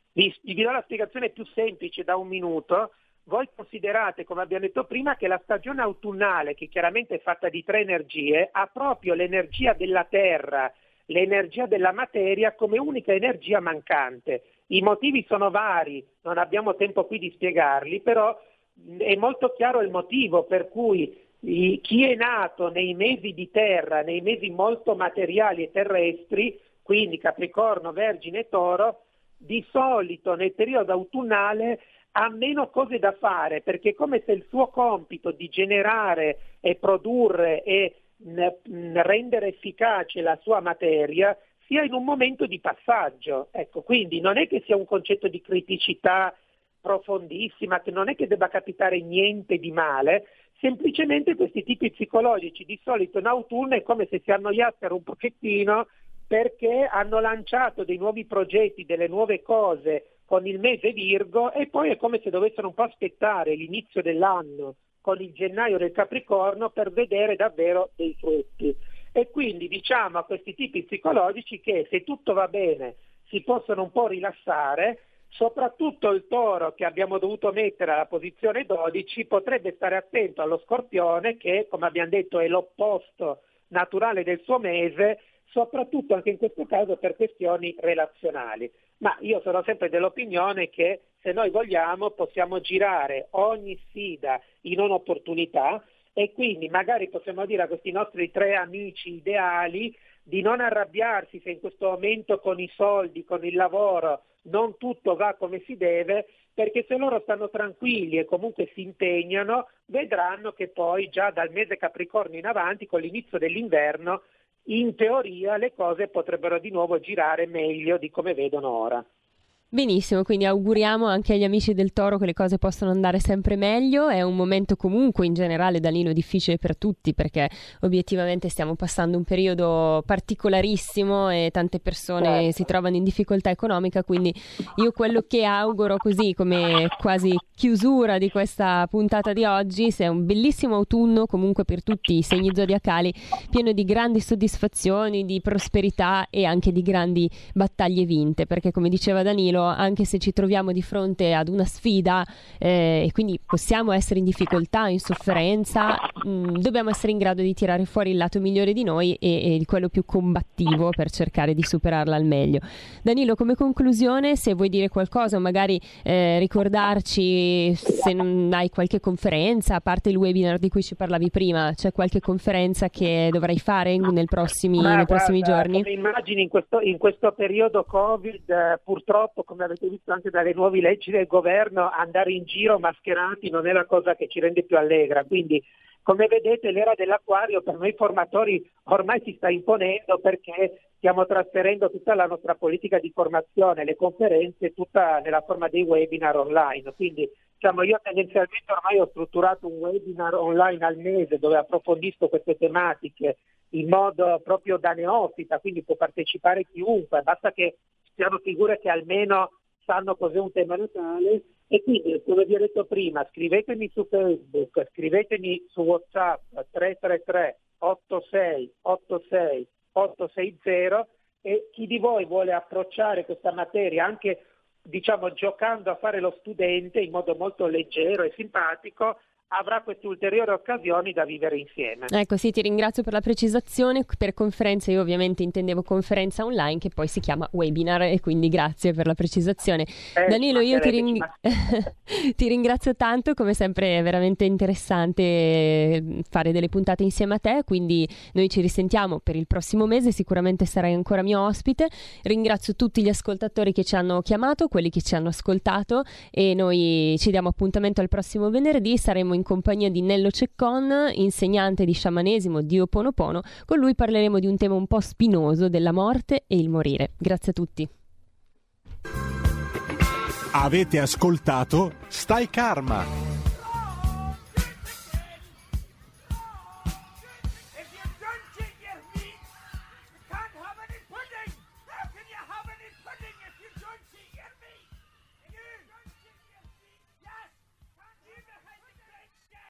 Vi do la spiegazione più semplice da un minuto. Voi considerate, come abbiamo detto prima, che la stagione autunnale, che chiaramente è fatta di 3 energie, ha proprio l'energia della terra, l'energia della materia come unica energia mancante. I motivi sono vari, non abbiamo tempo qui di spiegarli, però è molto chiaro il motivo per cui chi è nato nei mesi di terra, nei mesi molto materiali e terrestri, quindi Capricorno, Vergine e Toro, di solito nel periodo autunnale ha meno cose da fare, perché è come se il suo compito di generare e produrre e rendere efficace la sua materia sia in un momento di passaggio. Ecco, quindi non è che sia un concetto di criticità profondissima, che non è che debba capitare niente di male, Semplicemente questi tipi psicologici di solito in autunno è come se si annoiassero un pochettino perché hanno lanciato dei nuovi progetti, delle nuove cose con il mese Virgo, e poi è come se dovessero un po' aspettare l'inizio dell'anno con il gennaio del Capricorno per vedere davvero dei frutti. E quindi diciamo a questi tipi psicologici che se tutto va bene si possono un po' rilassare. Soprattutto il Toro, che abbiamo dovuto mettere alla posizione 12, potrebbe stare attento allo Scorpione, che come abbiamo detto è l'opposto naturale del suo mese, soprattutto anche in questo caso per questioni relazionali. Ma io sono sempre dell'opinione che se noi vogliamo possiamo girare ogni sfida in un'opportunità, e quindi magari possiamo dire a questi nostri 3 amici ideali di non arrabbiarsi se in questo momento con i soldi, con il lavoro non tutto va come si deve, perché se loro stanno tranquilli e comunque si impegnano, vedranno che poi già dal mese Capricorno in avanti, con l'inizio dell'inverno, in teoria le cose potrebbero di nuovo girare meglio di come vedono ora. Benissimo, quindi auguriamo anche agli amici del Toro che le cose possano andare sempre meglio. È un momento comunque in generale, Danilo, difficile per tutti, perché obiettivamente stiamo passando un periodo particolarissimo e tante persone si trovano in difficoltà economica, quindi io quello che auguro, così come quasi chiusura di questa puntata di oggi, sia un bellissimo autunno comunque per tutti i segni zodiacali, pieno di grandi soddisfazioni, di prosperità e anche di grandi battaglie vinte, perché come diceva Danilo, anche se ci troviamo di fronte ad una sfida e quindi possiamo essere in difficoltà, in sofferenza, dobbiamo essere in grado di tirare fuori il lato migliore di noi e di quello più combattivo per cercare di superarla al meglio. Danilo, come conclusione, se vuoi dire qualcosa o magari ricordarci se non hai qualche conferenza, a parte il webinar di cui ci parlavi prima, c'è qualche conferenza che dovrai fare nei prossimi giorni? Come immagini in questo periodo Covid, purtroppo, come avete visto anche dalle nuove leggi del governo, andare in giro mascherati non è la cosa che ci rende più allegra, quindi come vedete l'era dell'acquario per noi formatori ormai si sta imponendo, perché stiamo trasferendo tutta la nostra politica di formazione, le conferenze, tutta nella forma dei webinar online. Quindi io tendenzialmente ormai ho strutturato un webinar online al mese dove approfondisco queste tematiche in modo proprio da neofita, quindi può partecipare chiunque, basta che siano figure che almeno sanno cos'è un tema natale. E quindi, come vi ho detto prima, scrivetemi su Facebook, scrivetemi su WhatsApp 333 86 86 860, e chi di voi vuole approcciare questa materia anche giocando a fare lo studente in modo molto leggero e simpatico, avrà queste ulteriori occasioni da vivere insieme. Ecco, sì, ti ringrazio per la precisazione. Per conferenza io ovviamente intendevo conferenza online, che poi si chiama webinar, e quindi grazie per la precisazione. Danilo, io ti ringrazio tanto, come sempre è veramente interessante fare delle puntate insieme a te, quindi noi ci risentiamo per il prossimo mese, sicuramente sarai ancora mio ospite. Ringrazio tutti gli ascoltatori che ci hanno chiamato, quelli che ci hanno ascoltato, e noi ci diamo appuntamento al prossimo venerdì. Saremo in compagnia di Nello Ceccon, insegnante di sciamanesimo di Ho'oponopono. Con lui parleremo di un tema un po' spinoso, della morte e il morire. Grazie a tutti. Avete ascoltato Stai Karma.